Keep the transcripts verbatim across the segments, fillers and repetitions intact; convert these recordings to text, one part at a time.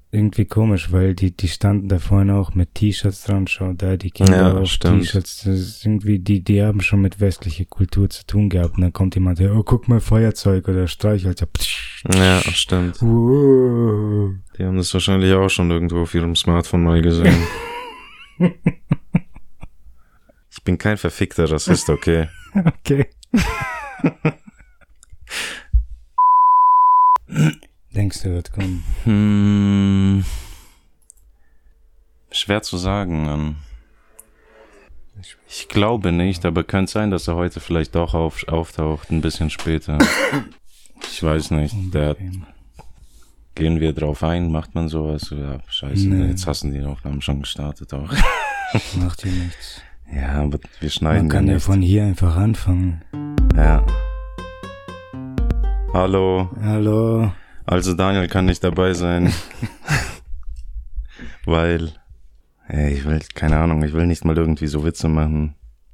irgendwie komisch, weil die, die standen da vorne auch mit T-Shirts dran, schau da, die Kinder Ja, auch stimmt. T-Shirts, das ist irgendwie, die, die haben schon mit westlicher Kultur zu tun gehabt und dann kommt jemand, der, oh, guck mal, Feuerzeug oder Streichhölzer. Ja, stimmt. Wow. Die haben das wahrscheinlich auch schon irgendwo auf ihrem Smartphone mal gesehen. Ich bin kein verfickter Rassist, okay? Okay. Denkst du, wird kommen? Hm, schwer zu sagen, Mann. Ich glaube nicht, aber könnte sein, dass er heute vielleicht doch auf, auftaucht, ein bisschen später. Ich weiß nicht. Der, gehen wir drauf ein? Macht man sowas? Ja, scheiße, Nee. Jetzt hast du die Aufnahmen schon gestartet auch. Macht dir nichts. Ja, aber wir schneiden Man kann ja nicht. von hier einfach anfangen. Ja. Hallo. Hallo. Also Daniel kann nicht dabei sein. Weil, ey, ich will, keine Ahnung, ich will nicht mal irgendwie so Witze machen.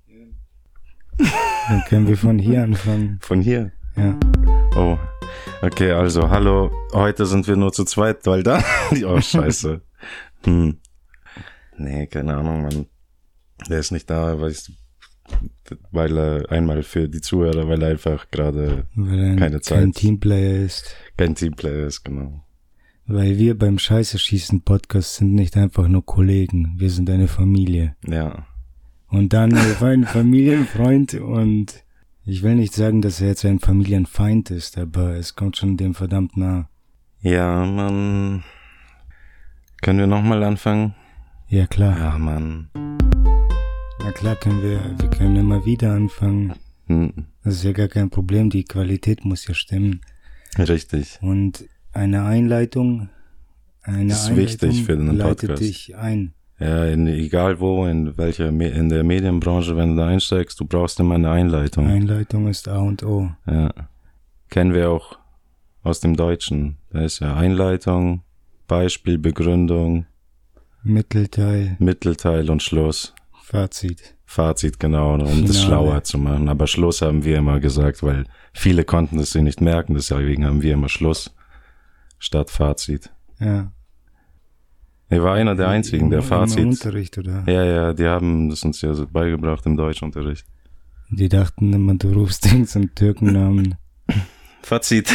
Dann können wir von hier anfangen. Von hier? Ja. Oh, okay, also, hallo. Heute sind wir nur zu zweit, weil da... Oh, scheiße. Hm. Nee, keine Ahnung, Mann. Der ist nicht da, weil ich, weil er einmal für die Zuhörer, weil er einfach gerade Weil er keine Zeit, kein Teamplayer ist. kein Teamplayer ist, genau. Weil wir beim Scheiße schießen Podcast sind nicht einfach nur Kollegen. Wir sind eine Familie. Ja. Und Daniel war ein Familienfreund und ich will nicht sagen, dass er jetzt ein Familienfeind ist, aber es kommt schon dem verdammt nah. Ja, Mann. Können wir nochmal anfangen? Ja, klar. Ja, Mann. Na klar können wir, wir können immer wieder anfangen. Hm. Das ist ja gar kein Problem, die Qualität muss ja stimmen. Richtig. Und eine Einleitung, eine Das ist Einleitung wichtig für den leitet Podcast. dich ein. Ja, in, egal wo, in welcher, Me- in der Medienbranche, wenn du da einsteigst, du brauchst immer eine Einleitung. Einleitung ist A und O. Ja. Kennen wir auch aus dem Deutschen. Da ist ja Einleitung, Beispiel, Begründung, Mittelteil, Mittelteil und Schluss. Fazit. Fazit, genau, um das Finale. schlauer zu machen. Aber Schluss haben wir immer gesagt, weil viele konnten es sich nicht merken, deswegen haben wir immer Schluss statt Fazit. Ja. Ich war einer der einzigen, der Im- Fazit. Im Unterricht, oder? Ja, ja, die haben das uns ja so beigebracht im Deutschunterricht. Die dachten immer, du rufst irgendeinen Türkennamen. Fazit.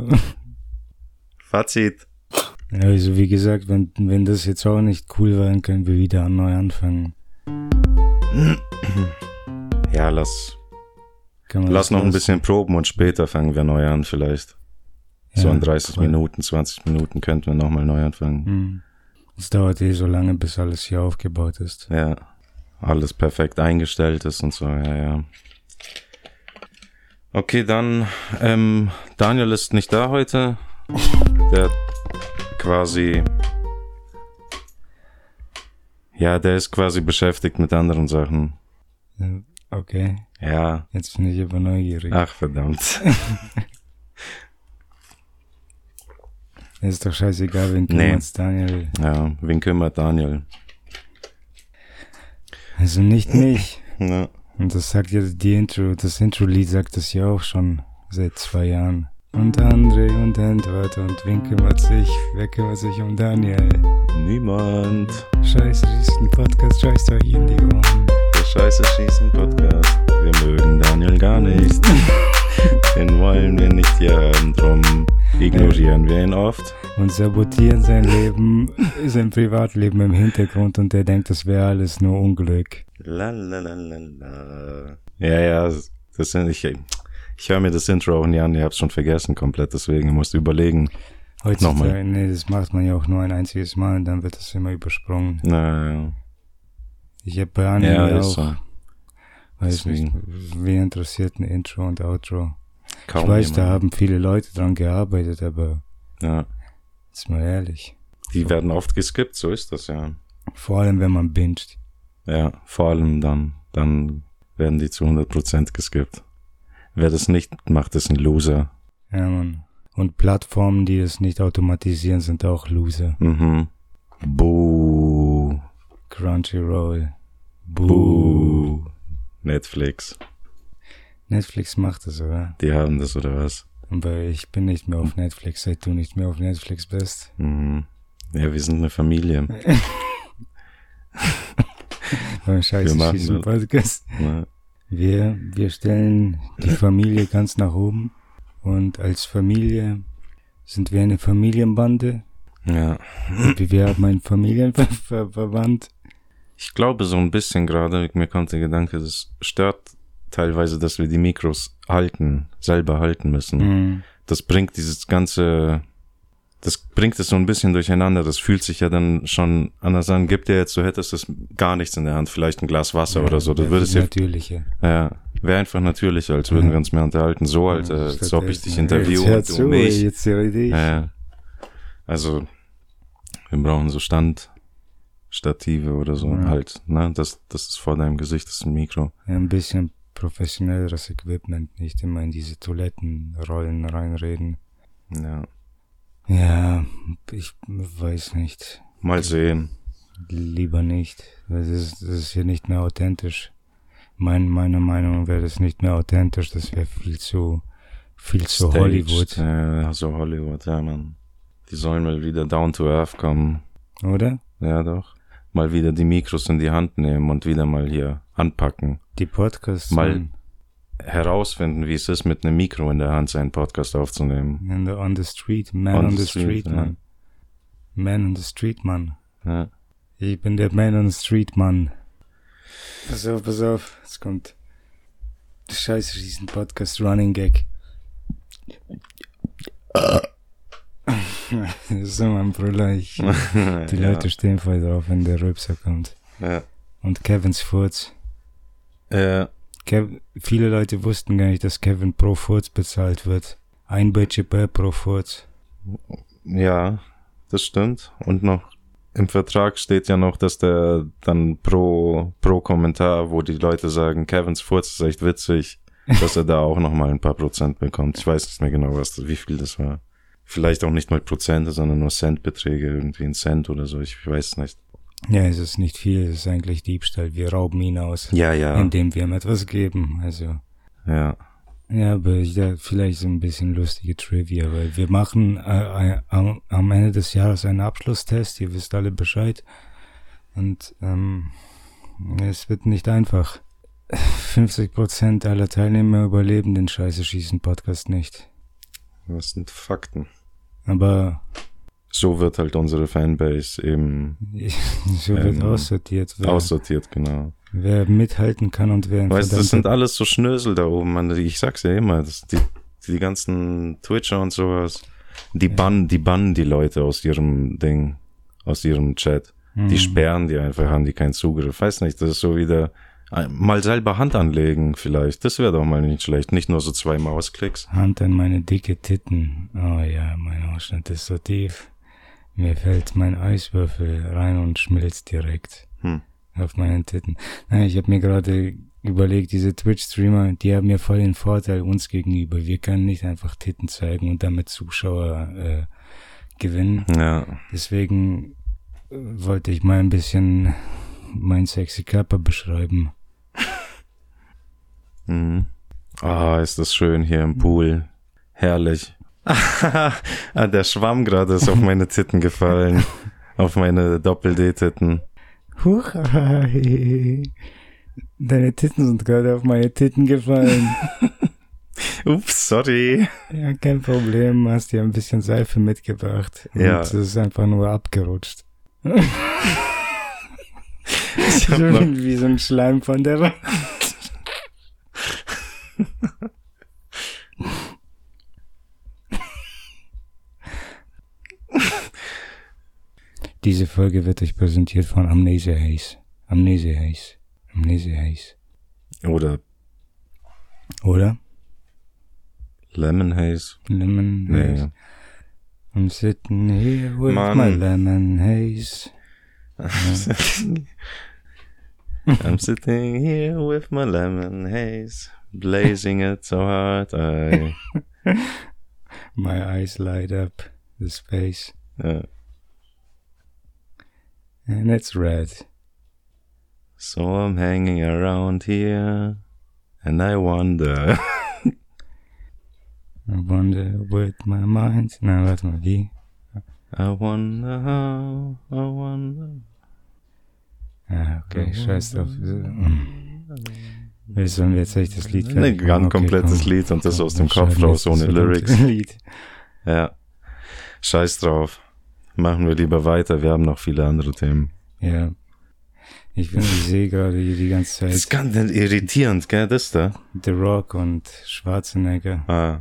Fazit. Also wie gesagt, wenn, wenn das jetzt auch nicht cool war, dann können wir wieder neu anfangen. Ja, lass, Kann man lass das noch ein lassen? bisschen proben und später fangen wir neu an vielleicht. So Ja, in dreißig voll. Minuten, zwanzig Minuten könnten wir nochmal neu anfangen. Hm. Es dauert eh so lange, bis alles hier aufgebaut ist. Ja, alles perfekt eingestellt ist und so, ja, ja. Okay, dann, ähm, Daniel ist nicht da heute. Der quasi, ja, der ist quasi beschäftigt mit anderen Sachen. Ja, okay, Ja, jetzt bin ich aber neugierig. ach verdammt. Ist doch scheißegal, wen Nee. kümmert's, Daniel. Ja, wen kümmert Daniel? Also nicht mich. Ja, Und das sagt ja die Intro, das Intro-Lied sagt das ja auch schon seit zwei Jahren. Und André und Edward und wen kümmert sich? Wer kümmert sich um Daniel? niemand. Scheiße, das ist ein Podcast, scheißt euch in die Ohren. Der Scheiße schießen Podcast. Wir mögen Daniel gar nicht. Den wollen wir nicht hier haben, drum ignorieren wir ihn oft. Und sabotieren sein Leben, sein Privatleben im Hintergrund und er denkt, das wäre alles nur Unglück. La, la, la, la, la. Ja, ja, das sind, ich, ich höre mir das Intro auch nie an, ich hab's schon vergessen komplett, deswegen musst du überlegen. Heutzutage, Nochmal. nee, das macht man ja auch nur ein einziges Mal und dann wird das immer übersprungen. Na, Ich habe bei Anime ja, auch, ist so. weiß nicht, Deswegen. wie interessiert ein Intro und Outro. Kaum ich weiß, da jemand. haben viele Leute dran gearbeitet, aber Ja, jetzt mal ehrlich. die werden oft geskippt, so ist das ja. Vor allem, wenn man binget. Ja, vor allem dann, dann werden die zu hundert Prozent geskippt. Wer das nicht macht, ist ein Loser. Ja, Mann. Und Plattformen, die das nicht automatisieren, sind auch Loser. Mhm. Buh. Crunchyroll. Buh. Buh. Netflix. Netflix macht das, oder? Die haben das, oder was? Aber ich bin nicht mehr auf Netflix, seit du nicht mehr auf Netflix bist. Mhm. Ja, wir sind eine Familie. Beim Scheiße schießen Podcast. Ja. Wir, wir stellen die Familie ganz nach oben und als Familie sind wir eine Familienbande. Ja. Wir haben einen Familienverband. Ich glaube so ein bisschen gerade, mir kommt der Gedanke, das stört teilweise, dass wir die Mikros halten, selber halten müssen. Mhm. Das bringt dieses ganze, das bringt es so ein bisschen durcheinander. Das fühlt sich ja dann schon anders an. Gibt dir jetzt, du hättest das gar nichts in der Hand, vielleicht ein Glas Wasser ja, oder so. Du würdest natürlicher. Ja, wäre einfach natürlicher, als würden ja. wir uns mehr unterhalten. So, halt, ja, als ob ich dich interviewe jetzt und du zu, mich. Jetzt höre ich dich. Ja, also, wir brauchen so Standstative oder so, ja. halt, ne, das, das ist vor deinem Gesicht, das ist ein Mikro. Ja, ein bisschen professionelleres Equipment, nicht immer in diese Toilettenrollen reinreden. Ja. Ja, ich weiß nicht. Mal sehen. Lieber nicht. Das ist, das ist hier nicht mehr authentisch. Mein, meiner Meinung wäre das nicht mehr authentisch, das wäre viel zu, viel zu Staged. Hollywood. Ja, so Hollywood, ja, man. Die sollen mal wieder down to earth kommen. Oder? Ja, doch. Mal wieder die Mikros in die Hand nehmen und wieder mal hier anpacken. Die Podcasts. Mal herausfinden, wie es ist, mit einem Mikro in der Hand seinen Podcast aufzunehmen. In the, on the street, man on, on the, the street, street ja. man. Man on the street, man. Ja. Ich bin der Man on the street, man. Pass auf, pass auf, es kommt der Scheiße schießen Podcast Running Gag. Das ist so mein Brüller. Ich, die ja. Leute stehen voll drauf, wenn der Rülpser kommt. Ja. Und Kevins Furz. Ja. Kev, viele Leute wussten gar nicht, dass Kevin pro Furz bezahlt wird. Ein Budget pro Furz. Ja, das stimmt. Und noch im Vertrag steht ja noch, dass der dann pro, pro Kommentar, wo die Leute sagen, Kevins Furz ist echt witzig, dass er da auch nochmal ein paar Prozent bekommt. Ich weiß nicht mehr genau, was, wie viel das war. Vielleicht auch nicht mal Prozente, sondern nur Centbeträge, irgendwie ein Cent oder so, ich weiß nicht. Ja, es ist nicht viel, es ist eigentlich Diebstahl. Wir rauben ihn aus, ja, ja. indem wir ihm etwas geben. Also ja. Ja, aber ja, vielleicht so ein bisschen lustige Trivia, weil wir machen äh, äh, am, am Ende des Jahres einen Abschlusstest, ihr wisst alle Bescheid. Und ähm, es wird nicht einfach. fünfzig Prozent aller Teilnehmer überleben den Scheiße-Schießen-Podcast nicht. Das sind Fakten. Aber so wird halt unsere Fanbase eben so wird ähm, aussortiert. Wer, aussortiert, genau. Wer mithalten kann und wer... Weißt du, das sind alles so Schnösel da oben, man, ich sag's ja immer, das, die, die ganzen Twitcher und sowas, die ja. bannen, die bannen die Leute aus ihrem Ding, aus ihrem Chat. Mhm. Die sperren die einfach, haben die keinen Zugriff. Weiß nicht, das ist so wieder... Mal selber Hand anlegen vielleicht, das wäre doch mal nicht schlecht, nicht nur so zwei Mausklicks. Hand an meine dicke Titten. Oh ja, mein Ausschnitt ist so tief. Mir fällt mein Eiswürfel rein und schmilzt direkt hm. auf meinen Titten. Nein, ich habe mir gerade überlegt, diese Twitch-Streamer, die haben ja voll den Vorteil uns gegenüber. Wir können nicht einfach Titten zeigen und damit Zuschauer äh, gewinnen. Ja. Deswegen äh, wollte ich mal ein bisschen meinen sexy Körper beschreiben. Mhm. Ah, ist das schön hier im Pool. Herrlich. Ah, der Schwamm gerade ist auf meine Titten gefallen. Auf meine Doppel-D-Titten. Huch, deine Titten sind gerade auf meine Titten gefallen. Ups, sorry. Ja, kein Problem. Hast dir ein bisschen Seife mitgebracht. Und ja. es ist einfach nur abgerutscht. Ich hab so noch wie so ein Schleim von der Wand. Diese Folge wird euch präsentiert von Amnesia Haze. Amnesia Haze. Amnesia Haze. Oder Oder? Lemon Haze. Lemon nee. Haze. I'm sitting here with Mann. my lemon haze. I'm sitting here with my lemon haze, blazing it so hard I... My eyes light up the space. Ja. And it's red. So I'm hanging around here, and I wonder... I wonder with my mind... Na, warte mal, wie? I wonder how, I wonder. Ah, okay, scheiß drauf. Sollen wir jetzt echt das Lied fertig machen? Ein okay, komplettes komm, Lied und das komm, aus dem Kopf raus, ohne Lyrics. Lied. Ja, scheiß drauf. Machen wir lieber weiter, wir haben noch viele andere Themen. Ja. Ich finde, ich sehe gerade hier die ganze Zeit. Das ist ganz irritierend, gell, das da? The Rock und Schwarzenegger. Ah.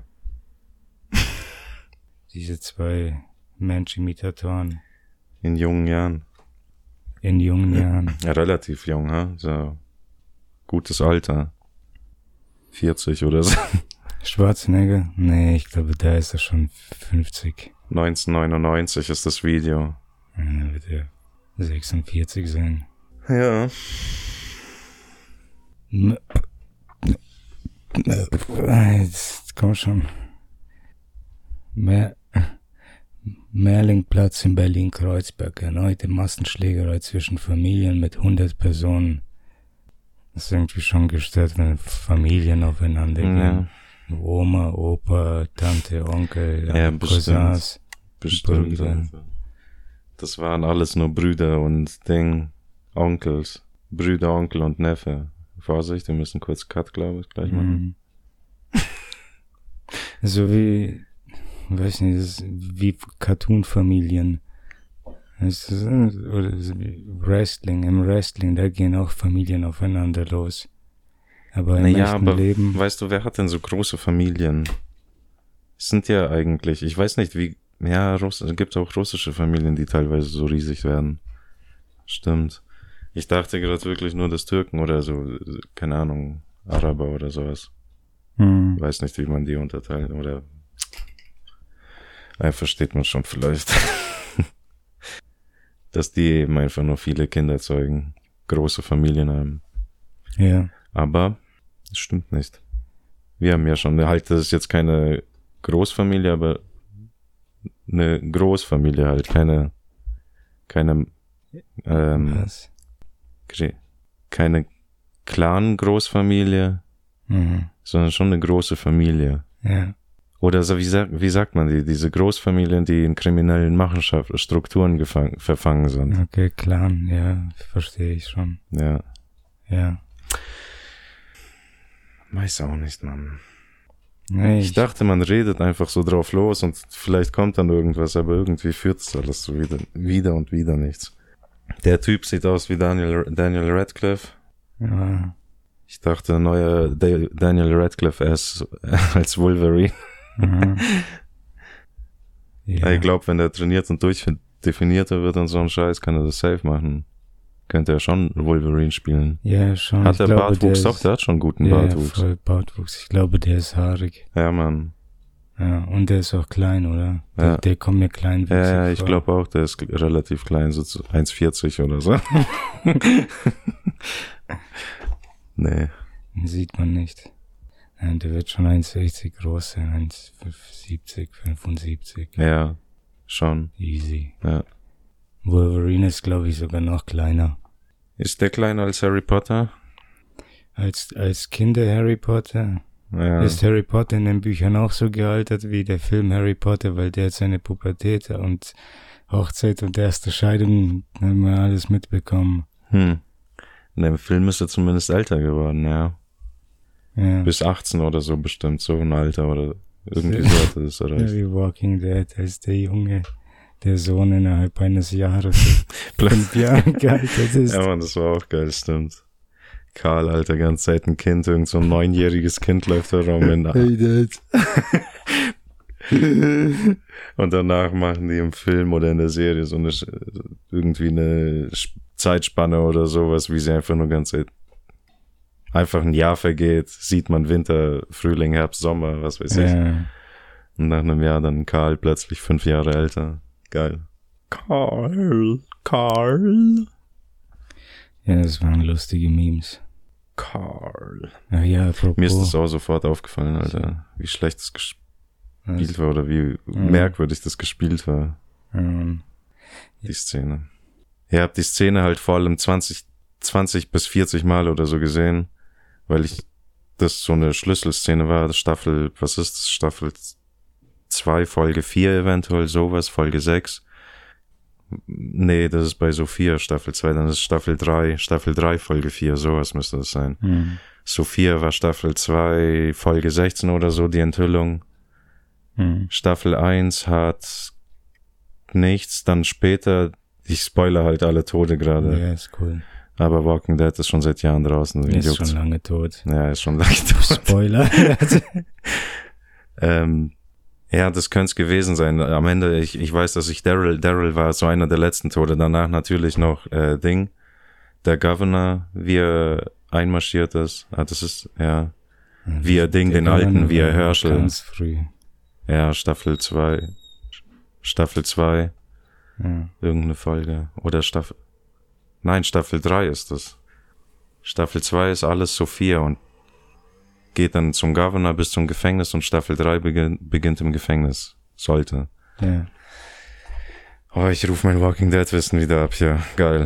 Diese zwei Mensch-Imitatoren. In jungen Jahren. In jungen Jahren. Ja, relativ jung, ha? So. Gutes Alter. vierzig oder so. Schwarzenegger? Nee, ich glaube, da ist er schon fünfzig. neunzehnhundertneunundneunzig ist das Video. Ja, dann wird er sechsundvierzig sein. Ja. Jetzt komm schon. Mer Merlingplatz in Berlin-Kreuzberg. Erneute Massenschlägerei zwischen Familien mit hundert Personen. Das ist irgendwie schon gestört, wenn Familien aufeinander gehen. Ja. Oma, Opa, Tante, Onkel, ja, Cousins. Bestimmt. Bestimmt. Das waren alles nur Brüder und Ding, Onkels. Brüder, Onkel und Neffe. Vorsicht, wir müssen kurz Cut, glaube ich, gleich machen. Mhm. So wie, weiß nicht, das ist wie Cartoon-Familien. Das ist, oder Wrestling, im Wrestling, da gehen auch Familien aufeinander los. Aber im naja, echten aber Leben. Weißt du, wer hat denn so große Familien? Es sind ja eigentlich, ich weiß nicht, wie, ja, Russ, es gibt auch russische Familien, die teilweise so riesig werden. Stimmt. Ich dachte gerade wirklich nur, dass Türken oder so, keine Ahnung, Araber oder sowas. Hm. Weiß nicht, wie man die unterteilt, oder, ja, versteht man schon vielleicht. Dass die eben einfach nur viele Kinder zeugen, große Familien haben. Ja. Aber das stimmt nicht. Wir haben ja schon, halt, das ist jetzt keine Großfamilie, aber eine Großfamilie halt, keine, keine, ähm, Was? keine Clan-Großfamilie, Mhm. sondern schon eine große Familie. Ja. Oder so, wie, sagt, wie sagt man die, diese Großfamilien, die in kriminellen Machenschaften, Strukturen gefang, verfangen sind. Okay, Clan, ja, verstehe ich schon. Ja. Ja. Weiß auch nicht, Mann. Nee, ich, ich dachte, man redet einfach so drauf los und vielleicht kommt dann irgendwas, aber irgendwie führt es alles so wieder, wieder und wieder nichts. Der Typ sieht aus wie Daniel, Daniel Radcliffe. Ja. Ich dachte, neuer Daniel Radcliffe als, als Wolverine. Mhm. Ja. Ich glaube, wenn der trainiert und durchdefinierter wird und so ein Scheiß, kann er das safe machen. Könnte er schon Wolverine spielen. Ja, schon. Hat der glaube, Bartwuchs der doch? Der hat schon guten ja, Bartwuchs. Ja, voll Bartwuchs. Ich glaube, der ist haarig. Ja, Mann. Ja, und der ist auch klein, oder? Der, Ja. der kommt mir klein Ja, ja, ich glaube auch, der ist relativ klein, so eins vierzig oder so. Nee. Den sieht man nicht. Nein, der wird schon eins sechzig groß sein, eins siebzig, fünfundsiebzig. Ja, schon. Easy. Ja. Wolverine ist, glaube ich, sogar noch kleiner. Ist der kleiner als Harry Potter? Als, als Kinder Harry Potter? Ja. Ist Harry Potter in den Büchern auch so gealtert wie der Film Harry Potter, weil der hat seine Pubertät und Hochzeit und erste Scheidung, haben wir alles mitbekommen. Hm. In dem Film ist er zumindest älter geworden, ja. Ja. Bis achtzehn oder so bestimmt, so ein Alter oder irgendwie so hat er das erreicht. Wie Walking Dead, als der Junge, der Sohn innerhalb eines Jahres fünf Jahre gealtert ist. Ja, Mann, das war auch geil, stimmt. Karl, Alter, ganz Zeit ein Kind, irgend so ein neunjähriges Kind läuft da rum in Hey, Dad. Und danach machen die im Film oder in der Serie so eine, irgendwie eine Zeitspanne oder sowas, wie sie einfach nur ganz Zeit, einfach ein Jahr vergeht, sieht man Winter, Frühling, Herbst, Sommer, was weiß ich. Ja. Und nach einem Jahr dann Karl plötzlich fünf Jahre älter. Geil. Karl, Karl. Ja, das waren lustige Memes. Karl. Ach ja, apropos. Mir ist das auch sofort aufgefallen, Alter. Wie schlecht das gespielt Was? war oder wie Mhm. merkwürdig das gespielt war. Ähm, Die Szene. Ihr habt die Szene halt vor allem zwanzig, zwanzig bis vierzig Mal oder so gesehen, weil ich das so eine Schlüsselszene war. Das Staffel, was ist das? Staffel zwei, Folge vier eventuell, sowas, Folge sechs. Nee, das ist bei Sophia Staffel zwei, dann ist Staffel drei, Staffel drei, Folge vier, sowas müsste das sein. Mhm. Sophia war Staffel zwei, Folge sechzehn oder so, die Enthüllung. Mhm. Staffel eins hat nichts, dann später, ich spoilere halt alle Tode gerade. Ja, ist cool. Aber Walking Dead ist schon seit Jahren draußen. Er ist juckt's. Schon lange tot. Ja, ist schon lange tot. Spoiler. ähm, ja, das könnte es gewesen sein. Am Ende, ich, ich weiß, dass ich Daryl, Daryl war so einer der letzten Tode. Danach natürlich noch äh, Ding, der Governor, wie er einmarschiert ist. Ah, das ist, ja, wie er Ding, den alten, wie er Herschel. Ganz früh. Ja, Staffel zwei. Staffel zwei. Ja. Irgendeine Folge. Oder Staffel, nein, Staffel drei ist das. Staffel zwei ist alles Sophia und geht dann zum Governor bis zum Gefängnis und Staffel drei beginn, beginnt im Gefängnis. Sollte. Ja. Oh, ich rufe mein Walking Dead Wissen wieder ab hier. Geil.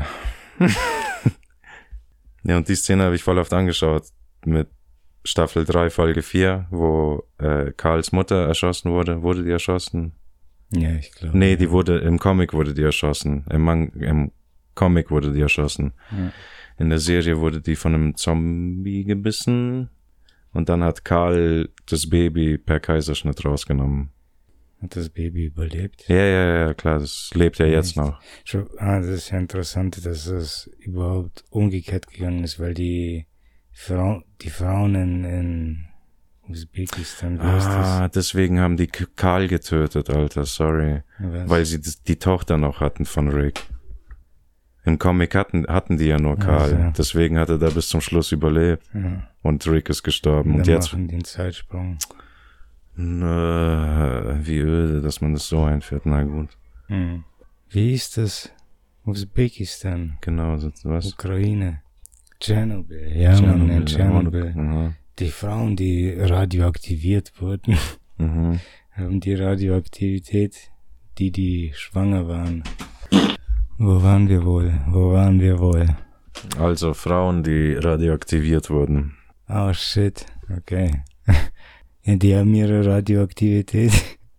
Ja, und die Szene habe ich voll oft angeschaut. Mit Staffel drei, Folge vier, wo äh, Karls Mutter erschossen wurde. Wurde die erschossen? Ja, ich glaube. Nee, die wurde, im Comic wurde die erschossen. Im, Man- im Comic wurde die erschossen. Ja. In der Serie wurde die von einem Zombie gebissen. Und dann hat Karl das Baby per Kaiserschnitt rausgenommen. Hat das Baby überlebt? Ja, ja, ja, klar, das lebt ja jetzt Echt? noch. Schon, ah, das ist ja interessant, dass es überhaupt umgekehrt gegangen ist, weil die Frau, die Frauen in, in Usbekistan, wie ist das? Ah, deswegen haben die K- Karl getötet, Alter, sorry. Was? Weil sie das, die Tochter noch hatten von Rick. Im Comic hatten, hatten die ja nur Karl. Also. Deswegen hat er da bis zum Schluss überlebt. Ja. Und Rick ist gestorben. Und Und dann jetzt... machen die einen Zeitsprung. Nö, wie öde, dass man das so einführt. Na gut. Hm. Wie ist das? Usbekistan, Genau, so, was? Ukraine, Tschernobyl. Ja, man, in Tschernobyl. Mhm. Die Frauen, die radioaktiviert wurden, Mhm. haben die Radioaktivität, die, die schwanger waren. Wo waren wir wohl? Wo waren wir wohl? Also Frauen, die radioaktiviert wurden. Oh shit, okay. Ja, die haben ihre Radioaktivität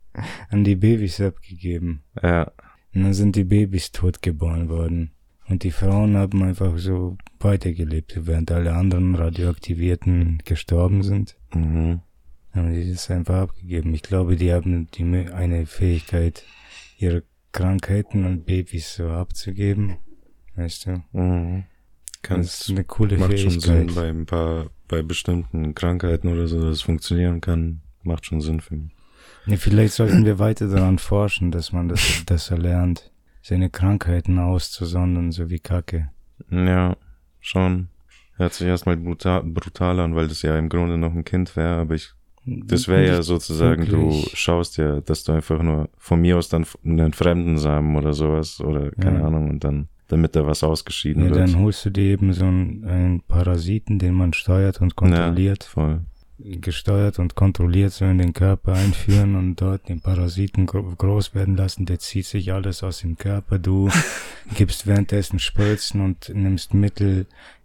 an die Babys abgegeben. Ja. Und dann sind die Babys tot geboren worden. Und die Frauen haben einfach so weitergelebt, während alle anderen Radioaktivierten gestorben sind. Mhm. Haben die das einfach abgegeben. Ich glaube, die haben die eine Fähigkeit, ihre Krankheiten an Babys so abzugeben. Weißt du? Mhm. Kann, das ist eine coole macht Fähigkeit. schon Sinn bei ein paar, bei bestimmten Krankheiten oder so, dass es funktionieren kann. Macht schon Sinn für mich. Ja, vielleicht sollten wir weiter daran forschen, dass man das, das erlernt, seine Krankheiten auszusondern, so wie Kacke. Ja, schon. Hört sich erstmal brutal, brutal an, weil das ja im Grunde noch ein Kind wäre, aber ich, das wäre ja sozusagen, wirklich. du schaust ja, dass du einfach nur von mir aus dann einen Fremdensamen oder sowas oder keine Ja. Ahnung und dann, damit da was ausgeschieden Ja, wird. dann holst du dir eben so einen, einen Parasiten, den man steuert und kontrolliert. Ja, voll. Gesteuert und kontrolliert so in den Körper einführen und dort den Parasiten gro- groß werden lassen. Der zieht sich alles aus dem Körper. Du gibst währenddessen Spritzen und nimmst Mittel,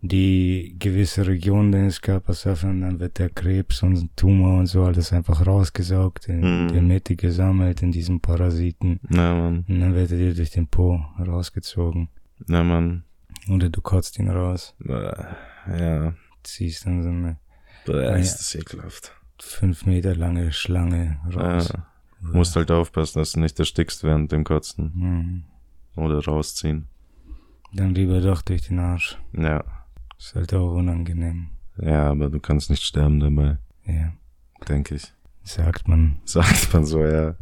die gewisse Regionen deines Körpers öffnen. Dann wird der Krebs und Tumor und so alles einfach rausgesaugt, in Mhm. der Mitte gesammelt in diesem Parasiten. Na, Mann. Und dann wird er dir durch den Po rausgezogen. Na, Mann. Oder du kotzt ihn raus. Äh, Ja. Ziehst dann so eine Bäh, Ja. ist das ekelhaft. fünf Meter lange Schlange raus. Ja. Musst halt aufpassen, dass du nicht erstickst während dem Kotzen. Mhm. Oder rausziehen. Dann lieber doch durch den Arsch. Ja. Ist halt auch unangenehm. Ja, aber du kannst nicht sterben dabei, Ja, denke ich. sagt man. Sagt man so, ja.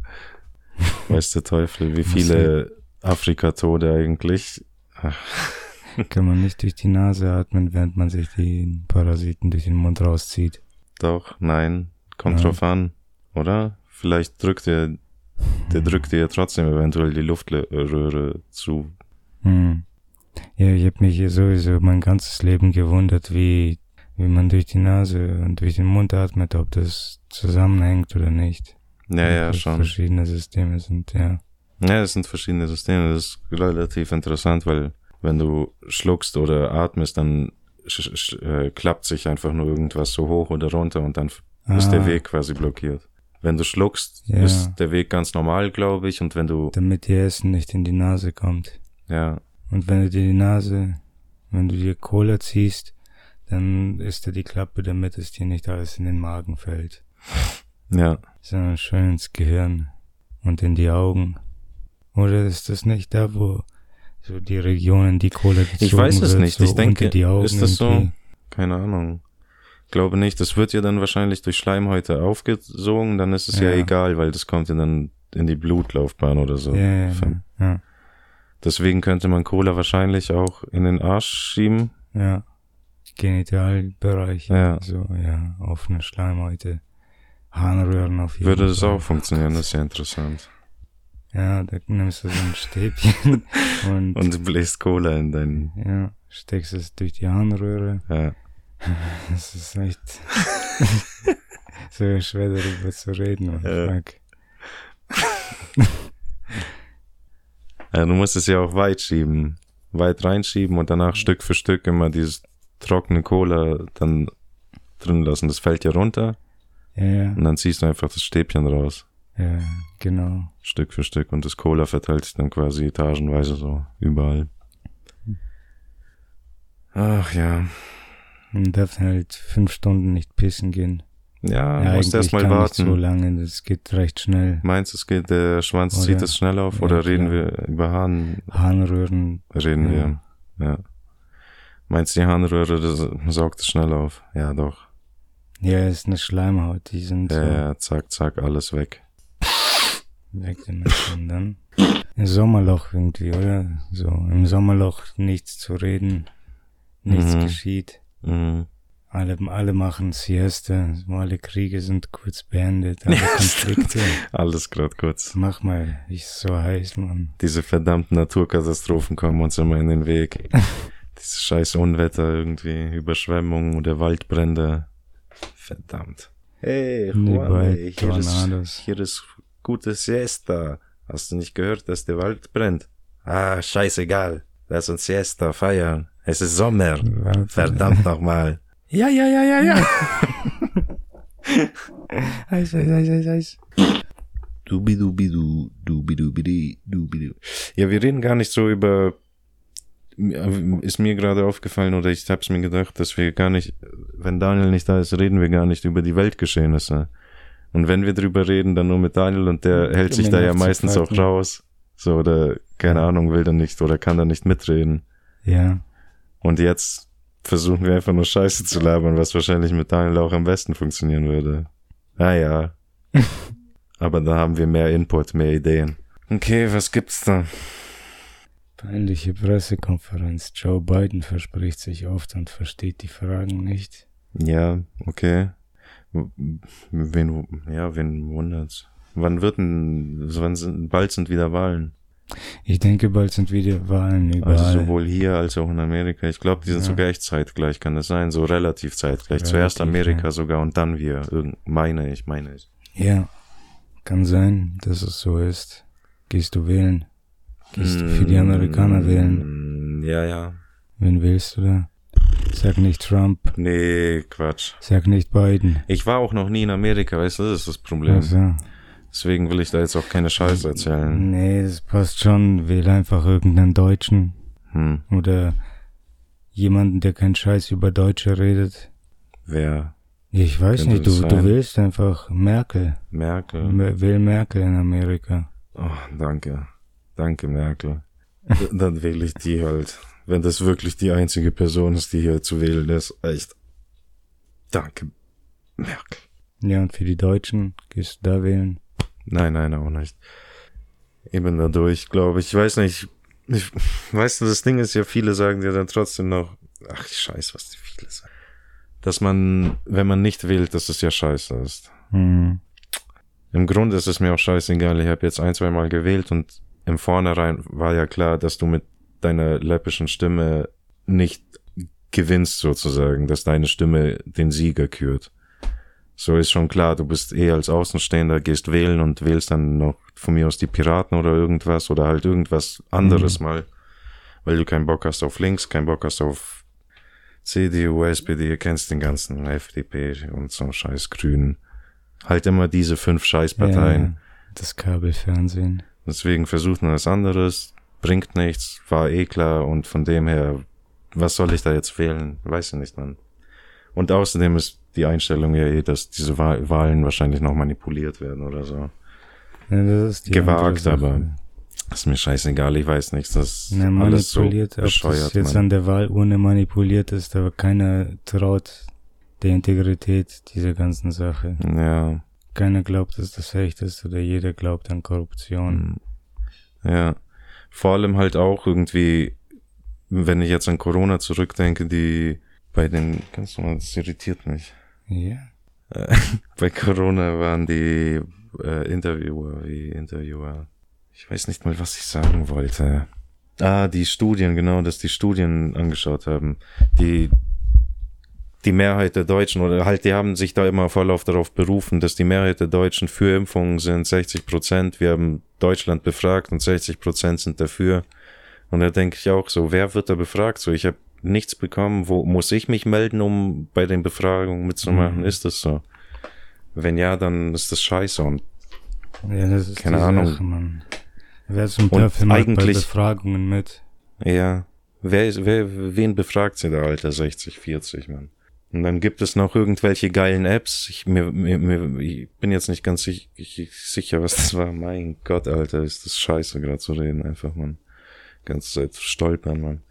Weiß der Teufel, wie viele Afrika-Tode eigentlich. Ach, Kann man nicht durch die Nase atmen, während man sich die Parasiten durch den Mund rauszieht. doch, nein. Kommt Ja. drauf an, oder? Vielleicht drückt der, der drückt dir ja trotzdem eventuell die Luftröhre zu. Hm. Ja, ich habe mich hier sowieso mein ganzes Leben gewundert, wie, wie man durch die Nase und durch den Mund atmet, ob das zusammenhängt oder nicht. Ja, ja, Dass schon. verschiedene Systeme sind, ja. Ja, es sind verschiedene Systeme. Das ist relativ interessant, weil wenn du schluckst oder atmest, dann sch sch äh, klappt sich einfach nur irgendwas so hoch oder runter und dann f- ist der Ah. Weg quasi blockiert. wenn du schluckst, ja. ist der Weg ganz normal, glaube ich. Und wenn du... Damit dir Essen nicht in die Nase kommt. Ja. Und wenn du dir die Nase, wenn du dir Cola ziehst, dann ist da die Klappe, damit es dir nicht alles in den Magen fällt. Ja. Sondern schön ins Gehirn und in die Augen. Oder ist das nicht da, wo so die Region, in die Cola gezogen wird? Ich weiß es wird, nicht. so Ich denke, die Augen ist das irgendwie? so? Keine Ahnung. Glaube nicht. Das wird ja dann wahrscheinlich durch Schleimhäute aufgesogen. Dann ist es ja, ja egal, weil das kommt ja dann in die Blutlaufbahn oder so. Ja, ja, ja, ja. Deswegen könnte man Cola wahrscheinlich auch in den Arsch schieben. Ja. Genitalbereich. Ja. So, ja. Offene Schleimhäute. Harnröhren auf jeden Fall. Würde das auch funktionieren? Das ist ja interessant. Ja, da nimmst du so ein Stäbchen und... und du bläst Cola in deinen... Ja, steckst es durch die Harnröhre. Ja. Das ist echt so schwer darüber zu reden. Ja. Ja, du musst es ja auch weit schieben. Weit reinschieben und danach Stück für Stück immer dieses trockene Cola dann drin lassen. Das fällt ja runter. Ja, ja. Und dann ziehst du einfach das Stäbchen raus. Ja, genau. Stück für Stück. Und das Cola verteilt sich dann quasi etagenweise so überall. Ach ja. Man darf halt fünf Stunden nicht pissen gehen. Ja, ja musst erst mal warten. Nicht so lange, das geht recht schnell. Meinst du, es geht, der Schwanz oder, zieht es schnell auf? Ja, oder reden klar. wir über Hahn? Harnröhren. Reden ja. wir, ja. Meinst du, die Harnröhre, das saugt es schnell auf? Ja, doch. Ja, ist eine Schleimhaut, die sind ja, so. Ja, zack, zack, alles weg. Weg damit und dann. Im Sommerloch irgendwie, oder? So, im Sommerloch nichts zu reden, nichts mhm. geschieht. Mhm. Alle, alle machen Siesta, alle Kriege sind kurz beendet, alle Konflikte. Alles gerade kurz. Mach mal, ist so heiß, Mann. Diese verdammten Naturkatastrophen kommen uns immer in den Weg. Diese scheiß Unwetter irgendwie, Überschwemmungen oder Waldbrände. Verdammt. Hey, Juan, hier ist, hier ist gute Siesta. Hast du nicht gehört, dass der Wald brennt? Ah, scheißegal. Lass uns Siesta feiern. Es ist Sommer. Warte. Verdammt nochmal. Ja, ja, ja, ja, ja. Heiß, heiß, heiß, heiß, heiß. Dubidubidu, dubidubidu, dubidu. Ja, wir reden gar nicht so über, ist mir gerade aufgefallen oder ich hab's mir gedacht, dass wir gar nicht, wenn Daniel nicht da ist, reden wir gar nicht über die Weltgeschehnisse. Und wenn wir drüber reden, dann nur mit Daniel und der ja, hält sich da ja meistens auch raus. So, oder, keine ja. Ahnung, will dann nicht oder kann da nicht mitreden. Ja. Und jetzt versuchen wir einfach nur Scheiße zu labern, was wahrscheinlich mit Daniel auch am besten funktionieren würde. Ah ja. Aber da haben wir mehr Input, mehr Ideen. Okay, was gibt's da? Peinliche Pressekonferenz. Joe Biden verspricht sich oft und versteht die Fragen nicht. Ja, okay. Wen, ja, wen wundert's? Wann wird denn, wann sind, bald sind wieder Wahlen? Ich denke, bald sind wieder Wahlen überall. Also sowohl hier als auch in Amerika. Ich glaube, die sind ja. sogar echt zeitgleich, kann das sein? So relativ zeitgleich. Relativ, Zuerst Amerika ja. sogar und dann wir. Irgend, meine ich, meine ich. Ja, kann sein, dass es so ist. Gehst du wählen? Gehst mm, du für die Amerikaner wählen? Ja, ja. Wen wählst du da? Sag nicht Trump. Nee, Quatsch. Sag nicht Biden. Ich war auch noch nie in Amerika, weißt du, das ist das Problem. Also. Deswegen will ich da jetzt auch keine Scheiße erzählen. Nee, das passt schon. Wähl einfach irgendeinen Deutschen. Hm. Oder jemanden, der keinen Scheiß über Deutsche redet. Wer? Ich weiß nicht, du, du wählst einfach Merkel. Merkel? Me- wähl Merkel in Amerika. Oh, danke. Danke, Merkel. D- dann wähle ich die halt. Wenn das wirklich die einzige Person ist, die hier zu wählen ist. Echt. Danke, Merkel. Ja, und für die Deutschen gehst du da wählen? Nein, nein, auch nicht. Ich bin da durch, glaube ich. Ich weiß nicht. Ich, weißt du, das Ding ist ja, viele sagen ja dann trotzdem noch, ach, scheiß, was die viele sagen. Dass man, wenn man nicht wählt, dass es ja scheiße ist. Mhm. Im Grunde ist es mir auch scheißegal. Ich habe jetzt ein, zwei Mal gewählt und im Vornherein war ja klar, dass du mit deiner läppischen Stimme nicht gewinnst sozusagen, dass deine Stimme den Sieger kürt. So ist schon klar, du bist eh als Außenstehender, gehst wählen und wählst dann noch von mir aus die Piraten oder irgendwas oder halt irgendwas anderes mhm. mal, weil du keinen Bock hast auf links, keinen Bock hast auf C D U, S P D, kennst den ganzen F D P und so scheiß Grünen. halt immer diese fünf Scheißparteien. Ja, das Kabelfernsehen. Deswegen versucht man was anderes, bringt nichts, war eh klar und von dem her, was soll ich da jetzt wählen? Weiß ich nicht, Mann. Und außerdem ist die Einstellung ja eh, dass diese Wahlen wahrscheinlich noch manipuliert werden oder so. Ja, das ist die gewagt, aber ist mir scheißegal, ich weiß nichts, das ist Na, alles so manipuliert, bescheuert. Ob das jetzt Mann. an der Wahlurne manipuliert ist, aber keiner traut der Integrität dieser ganzen Sache. Ja. Keiner glaubt, dass das echt ist oder jeder glaubt an Korruption. Ja. Vor allem halt auch irgendwie, wenn ich jetzt an Corona zurückdenke, die bei den, kannst du mal, das irritiert mich. Ja. Bei Corona waren die äh, Interviewer, wie Interviewer. Ich weiß nicht mal, was ich sagen wollte. Ah, die Studien, genau, dass die Studien angeschaut haben. Die die Mehrheit der Deutschen, oder halt, die haben sich da immer voll auf darauf berufen, dass die Mehrheit der Deutschen für Impfungen sind, sechzig Prozent. Wir haben Deutschland befragt und sechzig Prozent sind dafür. Und da denke ich auch so, wer wird da befragt? So, ich habe nichts bekommen. Wo muss ich mich melden, um bei den Befragungen mitzumachen? Mhm. Ist das so? Wenn ja, dann ist das scheiße und ja, das ist keine die Ahnung. Sache, Mann. Wer zum Teufel macht bei Befragungen mit? Ja, wer, ist, wer, wen befragt sie da, Alter, sechzig, vierzig, Mann? Und dann gibt es noch irgendwelche geilen Apps. Ich, mir, mir, mir, ich bin jetzt nicht ganz sich, ich, sicher, was das war. Mein Gott, Alter, ist das scheiße, gerade zu reden, einfach, Mann. Ganze Zeit stolpern, Mann.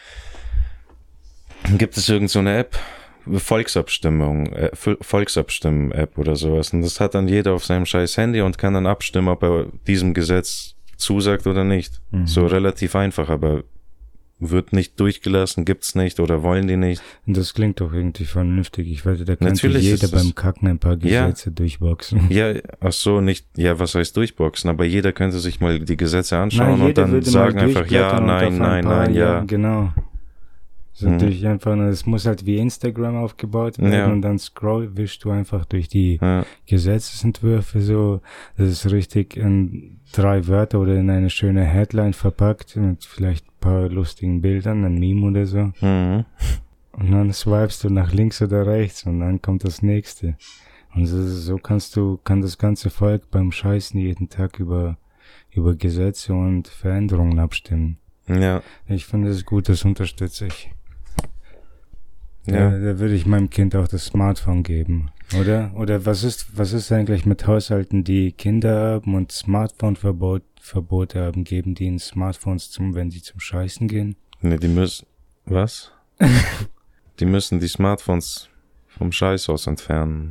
Dann gibt es irgend so eine App, Volksabstimmung, äh, Volksabstimmen-App oder sowas. Und das hat dann jeder auf seinem scheiß Handy und kann dann abstimmen, ob er diesem Gesetz zusagt oder nicht. Mhm. So relativ einfach, aber wird nicht durchgelassen, gibt's nicht oder wollen die nicht. Und das klingt doch irgendwie vernünftig. Ich wette, da könnte jeder beim Kacken ein paar Gesetze ja, durchboxen. Ja, ach so, nicht, ja, was heißt durchboxen, aber jeder könnte sich mal die Gesetze anschauen. Nein, und dann sagen einfach ja, nein, nein, nein, ja. Genau. So hm. durch einfach, es muss halt wie Instagram aufgebaut werden ja. und dann scroll, wischst du einfach durch die ja. Gesetzesentwürfe so, das ist richtig in drei Wörter oder in eine schöne Headline verpackt mit vielleicht ein paar lustigen Bildern, ein Meme oder so. Mhm. Und dann swipest du nach links oder rechts und dann kommt das nächste. Und so, so kannst du, kann das ganze Volk beim Scheißen jeden Tag über, über Gesetze und Veränderungen abstimmen. Ja. Ich finde es gut, das unterstütze ich. Ja. Da, da würde ich meinem Kind auch das Smartphone geben, oder? Oder was ist, was ist eigentlich mit Haushalten, die Kinder haben und Smartphone-Verbot, Verbote haben? Geben die ihnen Smartphones zum, wenn sie zum Scheißen gehen? Ne, die müssen, was? Die müssen die Smartphones vom Scheißhaus entfernen.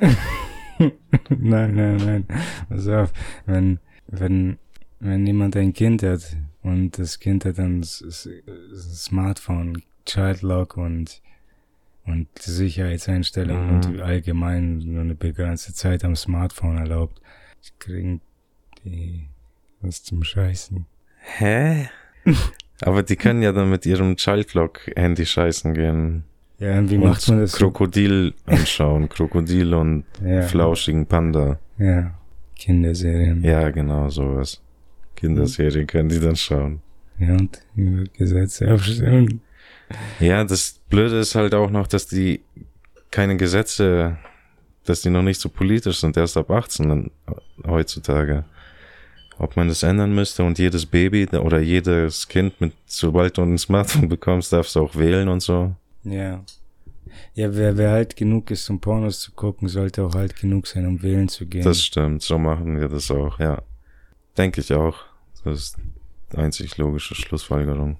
Nein, nein, nein. Pass auf, wenn, wenn, wenn jemand ein Kind hat und das Kind hat dann das Smartphone, Child Lock und und Sicherheitseinstellungen mhm. und allgemein nur eine begrenzte Zeit am Smartphone erlaubt, kriegen die was zum Scheißen. Hä? Aber die können ja dann mit ihrem Childlock-Handy scheißen gehen. Ja, und wie und macht man das? Krokodil so? Anschauen, Krokodil und ja. flauschigen Panda. Ja, Kinderserien. Ja, genau, sowas. Kinderserien können die dann schauen. Ja, und über Gesetze aufstellen. Ja, das Blöde ist halt auch noch, dass die keine Gesetze, dass die noch nicht so politisch sind, erst ab achtzehn dann, heutzutage. Ob man das ändern müsste und jedes Baby oder jedes Kind, mit sobald du ein Smartphone bekommst, darfst du auch wählen und so. Ja. Ja, wer, wer halt genug ist, um Pornos zu gucken, sollte auch halt genug sein, um wählen zu gehen. Das stimmt, so machen wir das auch, ja. Denke ich auch. Das ist die einzig logische Schlussfolgerung.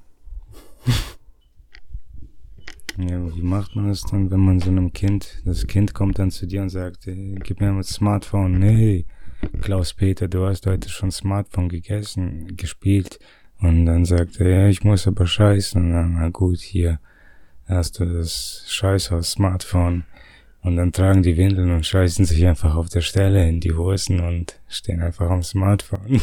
Ja, wie macht man das dann, wenn man so einem Kind, das Kind kommt dann zu dir und sagt, hey, gib mir mal das Smartphone. Nee, Klaus-Peter, du hast heute schon Smartphone gegessen, gespielt. Und dann sagt er, ja, ich muss aber scheißen. Und dann, na gut, hier hast du das Scheißhaus-Smartphone. Und dann tragen die Windeln und scheißen sich einfach auf der Stelle in die Hosen und stehen einfach am Smartphone.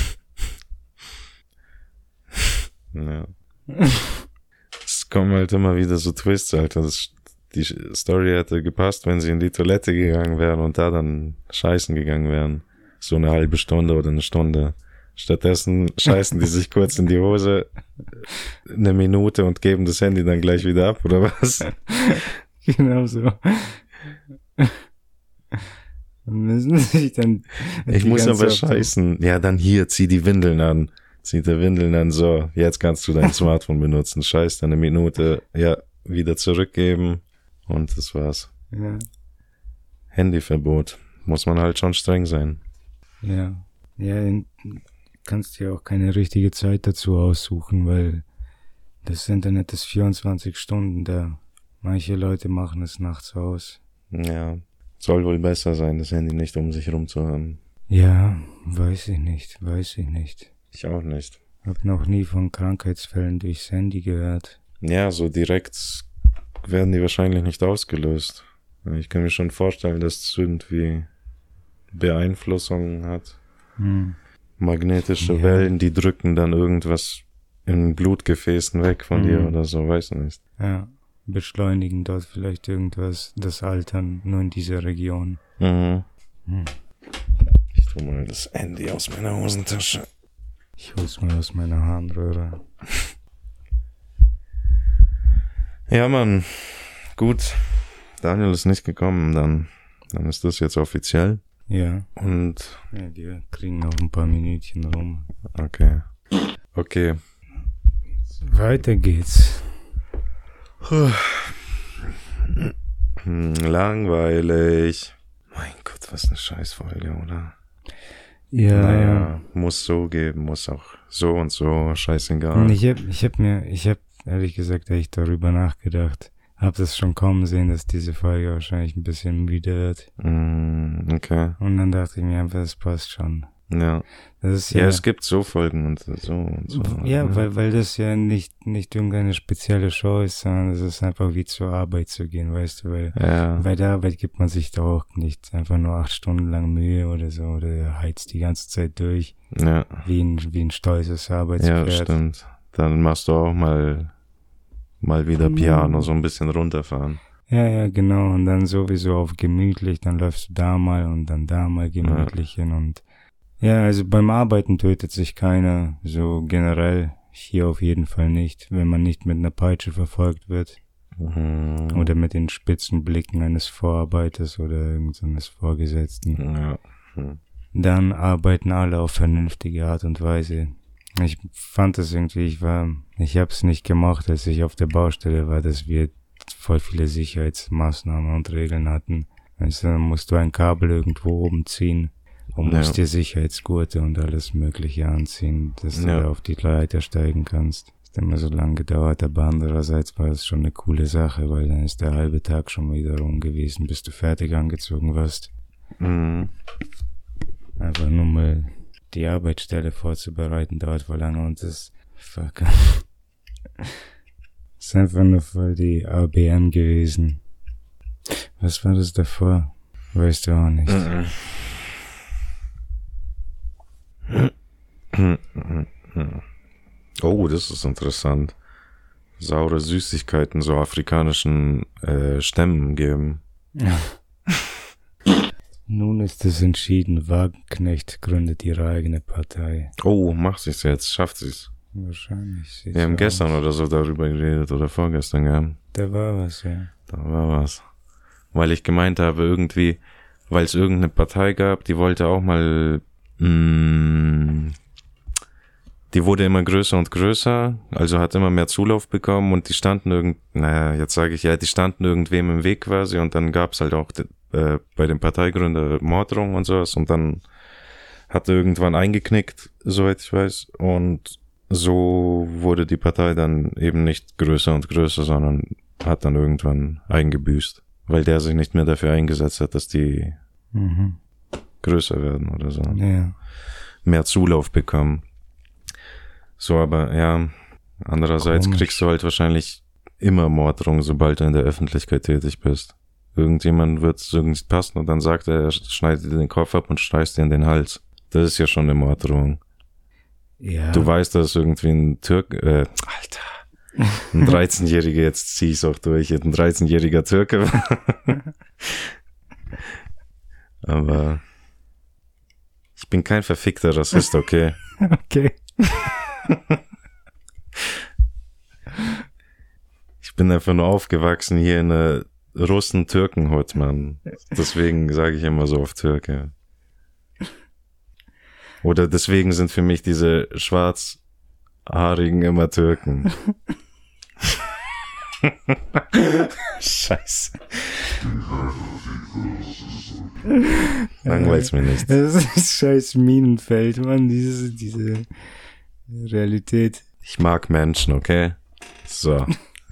Ja. Es kommen halt immer wieder so Twists, Alter. Das, die Story hätte gepasst, wenn sie in die Toilette gegangen wären und da dann scheißen gegangen wären. So eine halbe Stunde oder eine Stunde. Stattdessen scheißen die sich kurz in die Hose eine Minute und geben das Handy dann gleich wieder ab, oder was? Genau so. Müssen sich dann ich muss aber scheißen. Ja, dann hier, zieh die Windeln an. Zieh die Windeln an, so, jetzt kannst du dein Smartphone benutzen. Scheiß, dann eine Minute, ja, wieder zurückgeben und das war's. Ja. Handyverbot. Muss man halt schon streng sein. Ja. Ja, kannst dir auch keine richtige Zeit dazu aussuchen, weil das Internet ist vierundzwanzig Stunden da. Manche Leute machen es nachts aus. Ja, soll wohl besser sein, das Handy nicht um sich rum zu haben. Ja, weiß ich nicht, weiß ich nicht. Ich auch nicht. Hab noch nie von Krankheitsfällen durchs Handy gehört. Ja, so direkt werden die wahrscheinlich nicht ausgelöst. Ich kann mir schon vorstellen, dass es irgendwie Beeinflussungen hat. Hm. Magnetische ja. Wellen, die drücken dann irgendwas in Blutgefäßen weg von hm. dir oder so, weiß nicht. Ja, beschleunigen dort vielleicht irgendwas, das Altern, nur in dieser Region. Mhm. Hm. Ich tu mal das Handy aus meiner Hosentasche. Ich hol's mal aus meiner Harnröhre. Ja, Mann. Gut. Daniel ist nicht gekommen, dann, dann ist das jetzt offiziell. Ja. Und. Ja, die kriegen noch ein paar Minütchen rum. Okay. Okay. Weiter geht's. Langweilig. Mein Gott, was eine Scheißfolge, oder? Ja, naja, ja. Muss so geben, muss auch so und so, scheißegal. Ich hab, ich hab mir, ich hab ehrlich gesagt echt darüber nachgedacht. Hab das schon kommen sehen, dass diese Folge wahrscheinlich ein bisschen müde wird. Mm, okay. Und dann dachte ich mir einfach, das passt schon. Ja. Das ist ja, ja, es gibt so Folgen und so und so. Ja, ja. Weil, weil das ja nicht, nicht irgendeine spezielle Show ist, sondern es ist einfach wie zur Arbeit zu gehen, weißt du, weil ja. bei der Arbeit gibt man sich doch auch nicht einfach nur acht Stunden lang Mühe oder so, oder heizt die ganze Zeit durch. Ja. Wie ein, wie ein stolzes Arbeitspferd. Ja, stimmt. Dann machst du auch mal, mal wieder Piano, so ein bisschen runterfahren. Ja, ja, genau. Und dann sowieso auf gemütlich, dann läufst du da mal und dann da mal gemütlich ja. hin und ja, also beim Arbeiten tötet sich keiner, so generell hier auf jeden Fall nicht, wenn man nicht mit einer Peitsche verfolgt wird mhm. oder mit den spitzen Blicken eines Vorarbeiters oder irgendeines Vorgesetzten. Ja. Mhm. Dann arbeiten alle auf vernünftige Art und Weise. Ich fand das irgendwie, ich war, ich hab's nicht gemacht, als ich auf der Baustelle war, dass wir voll viele Sicherheitsmaßnahmen und Regeln hatten. Also dann musst du ein Kabel irgendwo oben ziehen. Und musst ja. dir Sicherheitsgurte und alles Mögliche anziehen, dass du ja. da auf die Leiter steigen kannst. Das hat immer so lange gedauert, aber andererseits war das schon eine coole Sache, weil dann ist der halbe Tag schon wieder rum gewesen, bis du fertig angezogen warst. Mhm. Einfach nur mal die Arbeitsstelle vorzubereiten, dauert voll lange und das, fuck. Das ist einfach nur voll die A B M gewesen. Was war das davor? Weißt du auch nicht. Mhm. Oh, das ist interessant. Saure Süßigkeiten so afrikanischen äh, Stämmen geben. Ja. Nun ist es entschieden, Wagenknecht gründet ihre eigene Partei. Oh, macht sie's jetzt, schafft sie's. Wahrscheinlich. Wir haben gestern aus. oder so darüber geredet oder vorgestern, ja. Da war was, ja. Da war was. Weil ich gemeint habe, irgendwie, weil es irgendeine Partei gab, die wollte auch mal mh, die wurde immer größer und größer, also hat immer mehr Zulauf bekommen und die standen irgend, naja, jetzt sage ich ja, die standen irgendwem im Weg quasi und dann gab's halt auch äh, bei dem Parteigründer Morddrohungen und sowas und dann hat er irgendwann eingeknickt, soweit ich weiß, und so wurde die Partei dann eben nicht größer und größer, sondern hat dann irgendwann eingebüßt, weil der sich nicht mehr dafür eingesetzt hat, dass die mhm. größer werden oder so. Ja. Mehr Zulauf bekommen. So, aber ja, andererseits Komisch. Kriegst du halt wahrscheinlich immer Morddrohungen, sobald du in der Öffentlichkeit tätig bist. Irgendjemand wird es irgendwie passen und dann sagt er, er schneidet dir den Kopf ab und schneidest dir in den Hals. Das ist ja schon eine Morddrohung. Ja. Du weißt, dass irgendwie ein Türk, äh, Alter, ein dreizehnjähriger, jetzt zieh ich's auch durch, ein dreizehnjähriger Türke war. Aber ich bin kein verfickter Rassist, okay? Okay. Ich bin einfach nur aufgewachsen hier in einer Russen-Türken-Hut, Mann. Deswegen sage ich immer so auf Türke. Oder deswegen sind für mich diese Schwarzhaarigen immer Türken. Scheiße. Langweilt's mir nicht. Das ist scheiß Minenfeld, Mann, diese, diese Realität. Ich mag Menschen, okay? So.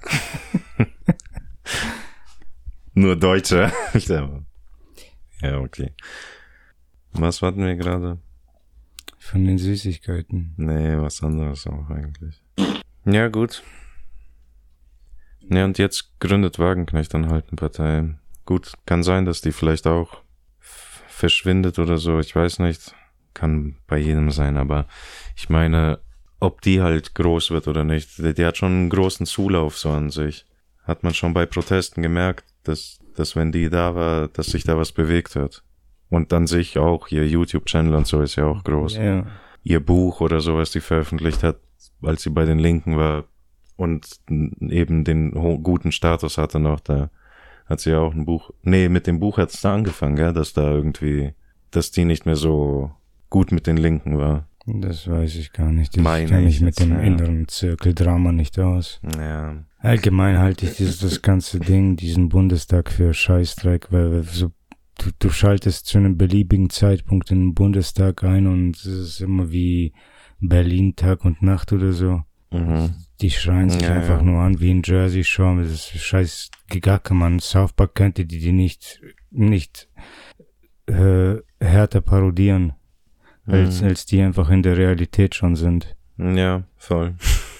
Nur Deutsche. Ja, okay. Was hatten wir gerade? Von den Süßigkeiten. Nee, was anderes auch eigentlich. Ja, gut. Ja, und jetzt gründet Wagenknecht dann halt eine Partei. Gut, kann sein, dass die vielleicht auch f- verschwindet oder so, ich weiß nicht. Kann bei jedem sein, aber ich meine, ob die halt groß wird oder nicht, die, die hat schon einen großen Zulauf so an sich. Hat man schon bei Protesten gemerkt, dass, dass wenn die da war, dass sich da was bewegt hat. Und an sich auch, ihr YouTube-Channel und so ist ja auch groß. Ja. Ihr Buch oder so, was die veröffentlicht hat, als sie bei den Linken war, und eben den ho- guten Status hatte noch, da hat sie ja auch ein Buch, nee, mit dem Buch hat es da angefangen, gell, dass da irgendwie, dass die nicht mehr so gut mit den Linken war. Das weiß ich gar nicht. Ich Meine kenne mich ich mit jetzt, dem ja. inneren Zirkeldrama nicht aus. Ja. Allgemein halte ich dieses, das ganze Ding, diesen Bundestag für Scheißdreck, weil so, du, du schaltest zu einem beliebigen Zeitpunkt in den Bundestag ein und es ist immer wie Berlin Tag und Nacht oder so. Mhm. Die schreien sich Ja, einfach ja. nur an wie ein Jersey Shore. Das ist scheiß Gegacke, man. South Park könnte die, die nicht, nicht äh, härter parodieren, als, Mhm. als die einfach in der Realität schon sind. Ja, voll.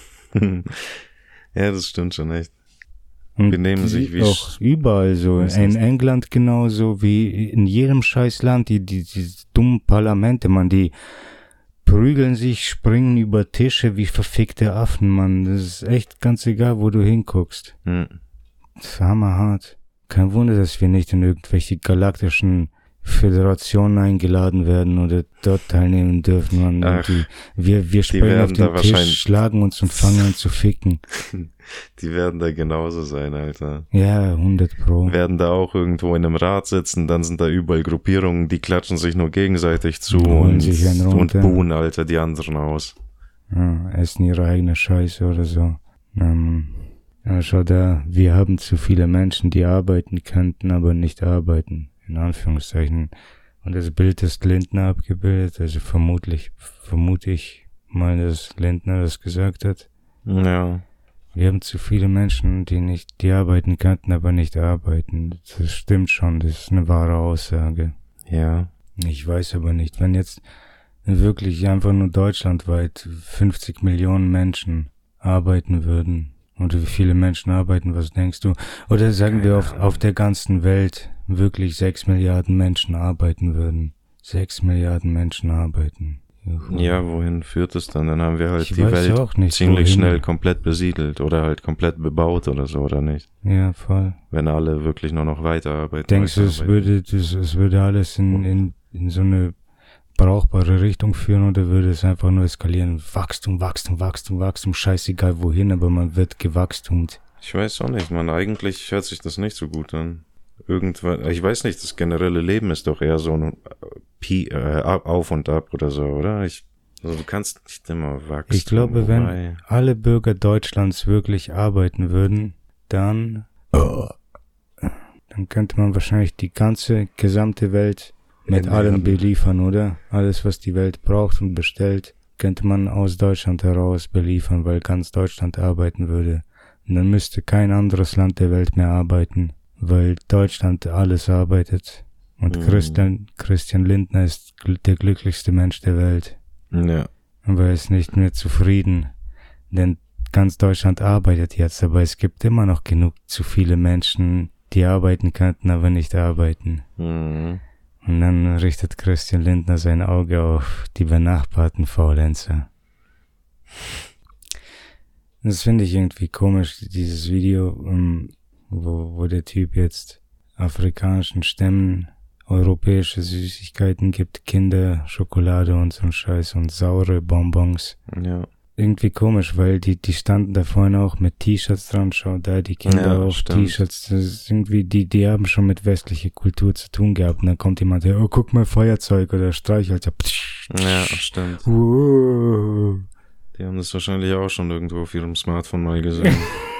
Ja, das stimmt schon echt. Und Benehmen die sich wie auch Sch- überall so. Was In heißt- England genauso wie in jedem scheiß Land. Die, die, die dummen Parlamente, man, die prügeln sich, springen über Tische wie verfickte Affen, man. Das ist echt ganz egal, wo du hinguckst. Mhm. Das ist hammerhart. Kein Wunder, dass wir nicht in irgendwelche galaktischen Föderationen eingeladen werden oder dort teilnehmen dürfen. Man. Ach, die, wir wir springen werden auf da den wahrscheinlich- Tisch, schlagen uns und fangen an zu ficken. Die werden da genauso sein, Alter. Ja, hundert Pro. Werden da auch irgendwo in einem Rat sitzen, dann sind da überall Gruppierungen, die klatschen sich nur gegenseitig zu Und holen und, sich einen und runter. buhen, Alter, die anderen aus. Ja, essen ihre eigene Scheiße oder so. Ähm, ja, schau da, wir haben zu viele Menschen, die arbeiten könnten, aber nicht arbeiten. In Anführungszeichen. Und das Bild ist Lindner abgebildet, also vermutlich, vermute ich mal, dass Lindner das gesagt hat. Ja. Wir haben zu viele Menschen, die nicht, die arbeiten könnten, aber nicht arbeiten. Das stimmt schon, das ist eine wahre Aussage. Ja. Ich weiß aber nicht, wenn jetzt wirklich einfach nur deutschlandweit fünfzig Millionen Menschen arbeiten würden. Oder wie viele Menschen arbeiten, was denkst du? Oder sagen wir auf, auf der ganzen Welt wirklich sechs Milliarden Menschen arbeiten würden. Sechs Milliarden Menschen arbeiten. Juhu. Ja, wohin führt es dann? Dann haben wir halt Ich die weiß Welt auch nicht, ziemlich wohin. schnell komplett besiedelt oder halt komplett bebaut oder so, oder nicht? Ja, voll. Wenn alle wirklich nur noch weiterarbeiten. Denkst du, es weiterarbeiten. würde, das, es würde alles in, in, in so eine brauchbare Richtung führen oder würde es einfach nur eskalieren? Wachstum, Wachstum, Wachstum, Wachstum, scheißegal wohin, aber man wird gewachstumt. Ich weiß auch nicht, man, eigentlich hört sich das nicht so gut an. Irgendwann, ich weiß nicht, das generelle Leben ist doch eher so ein Pi, äh, Auf und Ab oder so, oder? Ich, also du kannst nicht immer wachsen. Ich glaube, wobei- wenn alle Bürger Deutschlands wirklich arbeiten würden, dann, dann könnte man wahrscheinlich die ganze gesamte Welt mit Ernähren. allem beliefern, oder? Alles, was die Welt braucht und bestellt, könnte man aus Deutschland heraus beliefern, weil ganz Deutschland arbeiten würde. Und dann müsste kein anderes Land der Welt mehr arbeiten, weil Deutschland alles arbeitet. Und Mhm. Christian, Christian Lindner ist gl- der glücklichste Mensch der Welt. Ja. Aber er ist nicht mehr zufrieden, denn ganz Deutschland arbeitet jetzt, aber es gibt immer noch genug zu viele Menschen, die arbeiten könnten, aber nicht arbeiten. Mhm. Und dann richtet Christian Lindner sein Auge auf die benachbarten Faulenzer. Das finde ich irgendwie komisch, dieses Video, um, wo, wo der Typ jetzt afrikanischen Stämmen europäische Süßigkeiten gibt, Kinder, Schokolade und so ein Scheiß und saure Bonbons. Ja. irgendwie komisch, weil die, die standen da vorne auch mit T-Shirts dran, schau da, die Kinder ja, auch T-Shirts, das ist irgendwie, die, die haben schon mit westlicher Kultur zu tun gehabt und dann kommt jemand, her, oh, guck mal, Feuerzeug oder Streichhölzer. Ja, stimmt. Wow. Die haben das wahrscheinlich auch schon irgendwo auf ihrem Smartphone mal gesehen.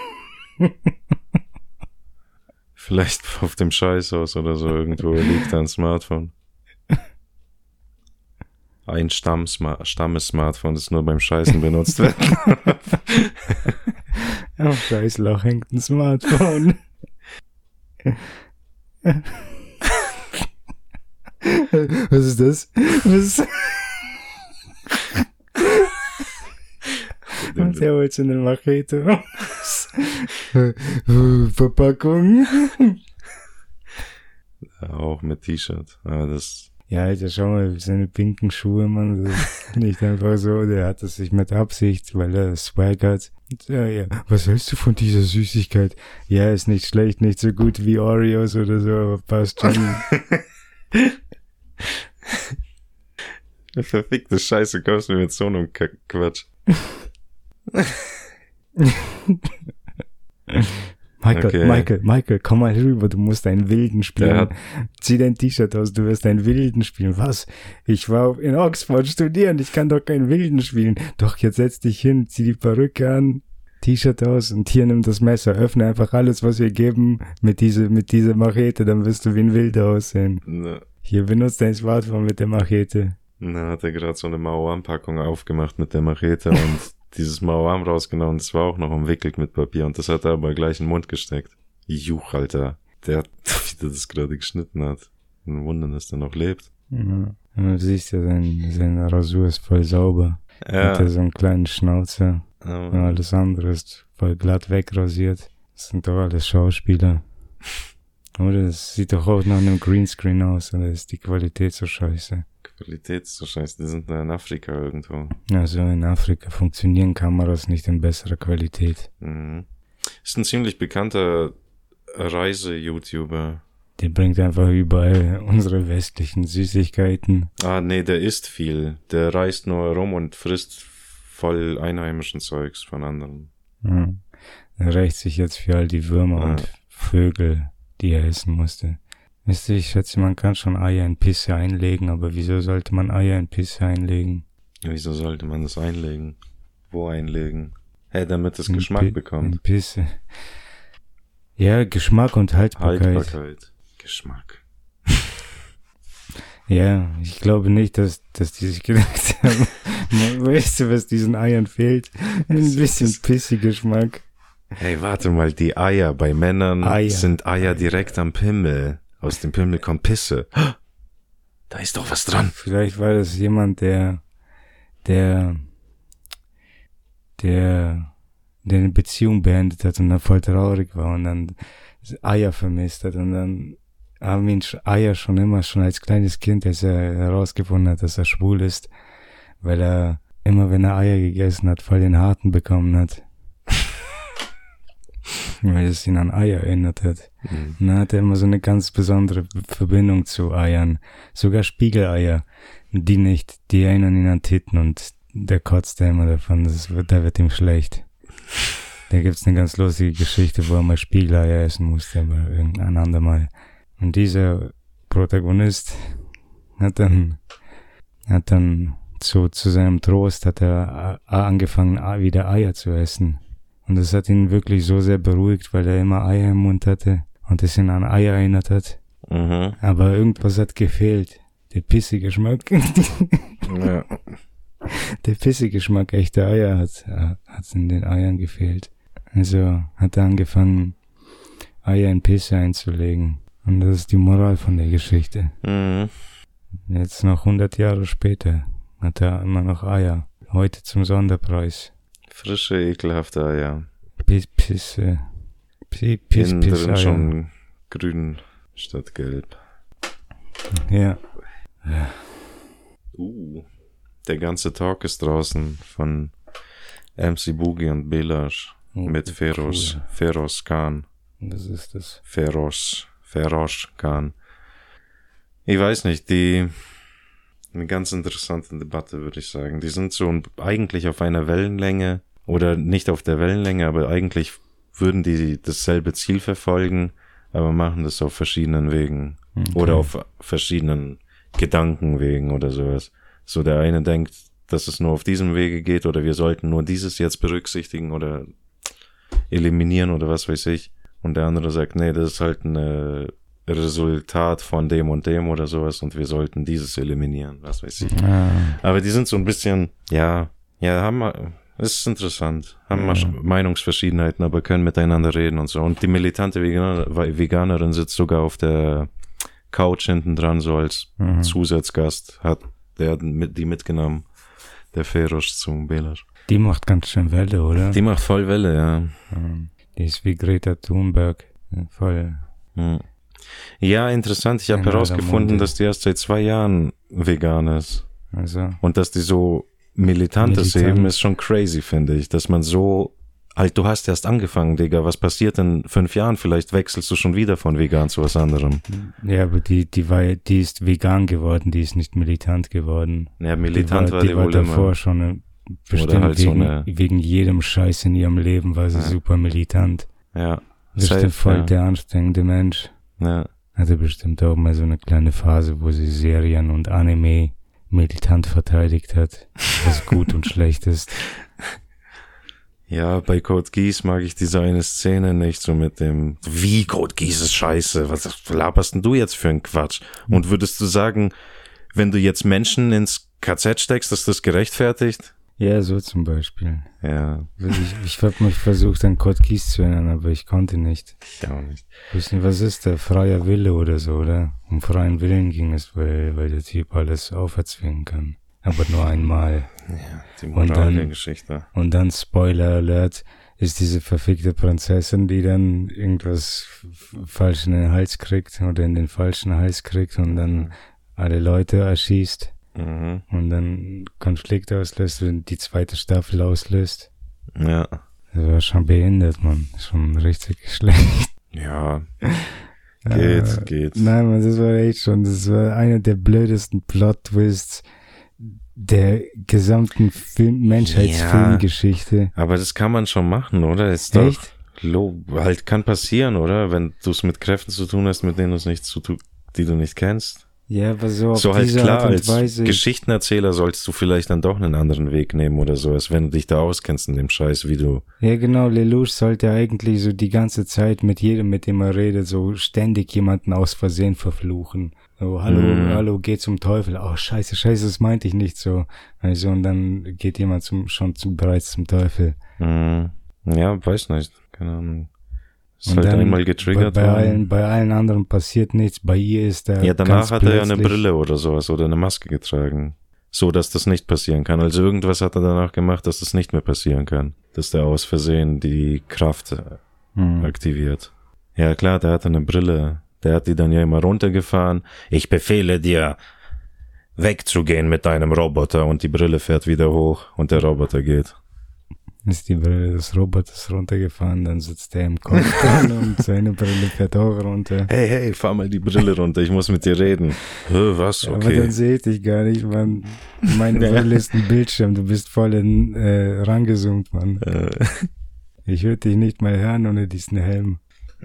Vielleicht auf dem Scheißhaus oder so, irgendwo liegt ein Smartphone. Ein Stamm-Sma- Stammes-Smartphone, das nur beim Scheißen benutzt wird. Auf Scheißloch hängt ein Smartphone. Was ist das? Was ist das? Und der holt so eine Machete raus. Verpackung. Ja, auch mit T-Shirt. Aber das... Ja, Alter, schau mal, seine pinken Schuhe, Mann, das ist nicht einfach so, der hat das nicht mit Absicht, weil er Swag hat. Ja, ja, was hältst du von dieser Süßigkeit? Ja, ist nicht schlecht, nicht so gut wie Oreos oder so, aber passt schon. Verfickte Scheiße, kommst du mit so einem Quatsch. Michael, okay. Michael, Michael, komm mal rüber, du musst einen Wilden spielen. Hat... Zieh dein T-Shirt aus, du wirst einen Wilden spielen. Was? Ich war in Oxford studieren, ich kann doch keinen Wilden spielen. Doch, jetzt setz dich hin, zieh die Perücke an, T-Shirt aus und hier nimm das Messer. Öffne einfach alles, was wir geben mit dieser, mit dieser Machete, dann wirst du wie ein Wilder aussehen. Ne. Hier, benutzt dein Smartphone mit der Machete. Na, hat er gerade so eine Mauerpackung aufgemacht mit der Machete und dieses Mauerarm rausgenommen, das war auch noch umwickelt mit Papier und das hat er aber gleich in den Mund gesteckt. Juch, Alter. Der, wie der das gerade geschnitten hat. Ein Wunder, dass der noch lebt. Ja. Du siehst ja, sein, seine Rasur ist voll sauber. Ja. Hat er so einen kleinen Schnauzer. Ja, und alles andere ist voll glatt wegrasiert. Das sind doch alles Schauspieler. Oder? Das sieht doch auch nach einem Greenscreen aus, oder ist die Qualität so scheiße? Qualität ist so scheiße, die sind da in Afrika irgendwo. Also in Afrika funktionieren Kameras nicht in besserer Qualität. Mhm. Ist ein ziemlich bekannter Reise-YouTuber. Der bringt einfach überall unsere westlichen Süßigkeiten. Ah, nee, der isst viel. Der reist nur rum und frisst voll einheimischen Zeugs von anderen. Ja. Er rächt sich jetzt für all die Würmer ja. und Vögel, die er essen musste. Wisst ihr, ich schätze, man kann schon Eier in Pisse einlegen, aber wieso sollte man Eier in Pisse einlegen? Wieso sollte man das einlegen? Wo einlegen? Hä, hey, damit es in Geschmack Pi- bekommt. In Pisse. Ja, Geschmack und Haltbarkeit. Haltbarkeit. Geschmack. Ja, ich glaube nicht, dass, dass die sich gedacht haben, weißt du, was diesen Eiern fehlt? Ein bisschen Pissi-Geschmack. Hey, warte mal, die Eier bei Männern Eier. sind Eier direkt am Pimmel. Aus dem Pimmel kommt Pisse. Da ist doch was dran. Vielleicht war das jemand, der, der, der, der eine Beziehung beendet hat und dann voll traurig war und dann Eier vermisst hat und dann haben ihn Eier schon immer, schon als kleines Kind, als er herausgefunden hat, dass er schwul ist, weil er immer, wenn er Eier gegessen hat, voll den Harten bekommen hat. Weil es ihn an Eier erinnert hat. Mhm. Und dann hat er immer so eine ganz besondere Verbindung zu Eiern. Sogar Spiegeleier. Die nicht, die erinnern ihn an Titten und der kotzt da immer davon. Das wird, da wird ihm schlecht. Da gibt's eine ganz lustige Geschichte, wo er mal Spiegeleier essen musste, aber irgendein andermal. Und dieser Protagonist hat dann, hat dann zu, zu seinem Trost hat er angefangen, wieder Eier zu essen. Und das hat ihn wirklich so sehr beruhigt, weil er immer Eier im Mund hatte und es ihn an Eier erinnert hat. Mhm. Aber irgendwas hat gefehlt. Der pissige Geschmack. Ja. Der pissige Geschmack echter Eier hat, hat in den Eiern gefehlt. Also hat er angefangen, Eier in Pisse einzulegen. Und das ist die Moral von der Geschichte. Mhm. Jetzt noch hundert Jahre später hat er immer noch Eier. Heute zum Sonderpreis. Frische, ekelhafte Eier. Piss, Pisse. Piss, Piss, Innen Piss, drin Eier. schon grün statt gelb. Ja. Ja. Uh, der ganze Talk ist draußen von M C Boogie und Belash Oh, mit Feroz, cool. Feroz Khan. Was ist das? Feroz, Feroz Khan. Ich weiß nicht, die, eine ganz interessante Debatte, würde ich sagen. Die sind so eigentlich auf einer Wellenlänge oder nicht auf der Wellenlänge, aber eigentlich würden die dasselbe Ziel verfolgen, aber machen das auf verschiedenen Wegen okay. oder auf verschiedenen Gedankenwegen oder sowas. So der eine denkt, dass es nur auf diesem Wege geht oder wir sollten nur dieses jetzt berücksichtigen oder eliminieren oder was weiß ich. Und der andere sagt, nee, das ist halt ein Resultat von dem und dem oder sowas und wir sollten dieses eliminieren, was weiß ich. Ja. Aber die sind so ein bisschen, ja, ja, haben wir, es ist interessant, haben ja. Meinungsverschiedenheiten, aber können miteinander reden und so. Und die militante Veganer, Veganerin sitzt sogar auf der Couch hinten dran, so als mhm. Zusatzgast, hat der hat mit, die mitgenommen. Der Feroz zum Belasch. Die macht ganz schön Welle, oder? Die macht voll Welle, ja. Die ist wie Greta Thunberg. Voll. Ja, interessant. Ich habe herausgefunden, dass die erst seit zwei Jahren vegan ist. Also. Und dass die so militant ist eben, ist schon crazy, finde ich. Dass man so, halt, du hast erst angefangen, Digga. Was passiert in fünf Jahren? Vielleicht wechselst du schon wieder von vegan zu was anderem. Ja, aber die, die war, die ist vegan geworden, die ist nicht militant geworden. Ja, militant die war, war die, die war wohl davor immer. schon eine, bestimmt halt wegen, so eine, wegen jedem Scheiß in ihrem Leben war sie ja. super militant. Ja. Bestimmt voll ja. der anstrengende Mensch. Ja. Hatte bestimmt auch mal so eine kleine Phase, wo sie Serien und Anime militant verteidigt hat, was gut und schlecht ist. Ja, bei Code Geass mag ich diese eine Szene nicht, so mit dem, wie Code Geass ist scheiße, was laberst denn du jetzt für einen Quatsch? Und würdest du sagen, wenn du jetzt Menschen ins K Z steckst, ist das gerechtfertigt? Ja, so zum Beispiel. Ja. Ich, ich habe mich versucht, an Code Geass zu erinnern, aber ich konnte nicht. Ich auch nicht. Ich weiß nicht, was ist der? Freier Wille oder so, oder? Um freien Willen ging es, weil, weil der Typ alles auferzwingen kann. Aber nur einmal. Ja, die Moral der Geschichte. Und dann, Spoiler Alert, ist diese verfickte Prinzessin, die dann irgendwas falsch in den Hals kriegt oder in den falschen Hals kriegt und dann mhm. alle Leute erschießt. Mhm. Und dann Konflikt auslöst und die zweite Staffel auslöst. Ja. Das war schon behindert, man. Schon richtig schlecht. Ja. Geht, äh, geht. Nein, man, das war echt schon, das war einer der blödesten Plot-Twists der gesamten Film, Menschheitsfilmgeschichte. Ja, aber das kann man schon machen, oder? Ist echt? Doch lo- halt kann passieren, oder? Wenn du es mit Kräften zu tun hast, mit denen du es nicht zu tun, die du nicht kennst. Ja, aber so auf so halt diese klar, Art und als Weise. Geschichtenerzähler sollst du vielleicht dann doch einen anderen Weg nehmen oder so, als wenn du dich da auskennst in dem Scheiß, wie du. Ja, genau, Lelouch sollte eigentlich so die ganze Zeit mit jedem, mit dem er redet, so ständig jemanden aus Versehen verfluchen. So, hallo, mm. hallo, geh zum Teufel. Oh, scheiße, scheiße, das meinte ich nicht so. Also, und dann geht jemand zum, schon zum, bereits zum Teufel. Mm. Ja, weiß nicht, keine Ahnung. Ist und halt dann einmal getriggert bei, bei worden. allen, bei allen anderen passiert nichts. Bei ihr ist er Ja, danach ganz hat er ja eine plötzlich Brille oder sowas oder eine Maske getragen. So, dass das nicht passieren kann. Also irgendwas hat er danach gemacht, dass das nicht mehr passieren kann. Dass der aus Versehen die Kraft hm. aktiviert. Ja, klar, der hatte eine Brille. Der hat die dann ja immer runtergefahren. Ich befehle dir, wegzugehen mit deinem Roboter. Und die Brille fährt wieder hoch und der Roboter geht. Ist die Brille des Roboters runtergefahren, dann sitzt er im Kopf dran und seine Brille fährt auch runter. Hey, hey, fahr mal die Brille runter, ich muss mit dir reden. Hä, was? Okay. Aber dann sehe ich dich gar nicht, Mann. Meine Brille ist ein Bildschirm, du bist voll in, äh, rangezoomt, Mann. Äh. Ich würde dich nicht mal hören ohne diesen Helm.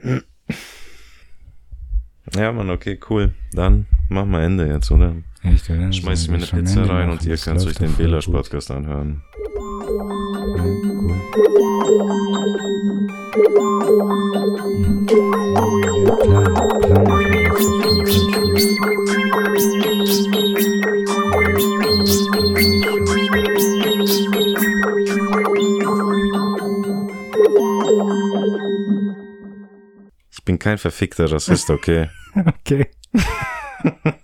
Ja, Mann, okay, cool. Dann machen wir Ende jetzt, oder? Echt, oder? Schmeiß mir eine Pizza rein und ihr könnt euch den Belasch-Podcast anhören. Ja, cool. Ja, klar, klar. Ich bin kein verfickter Rassist, okay? Okay.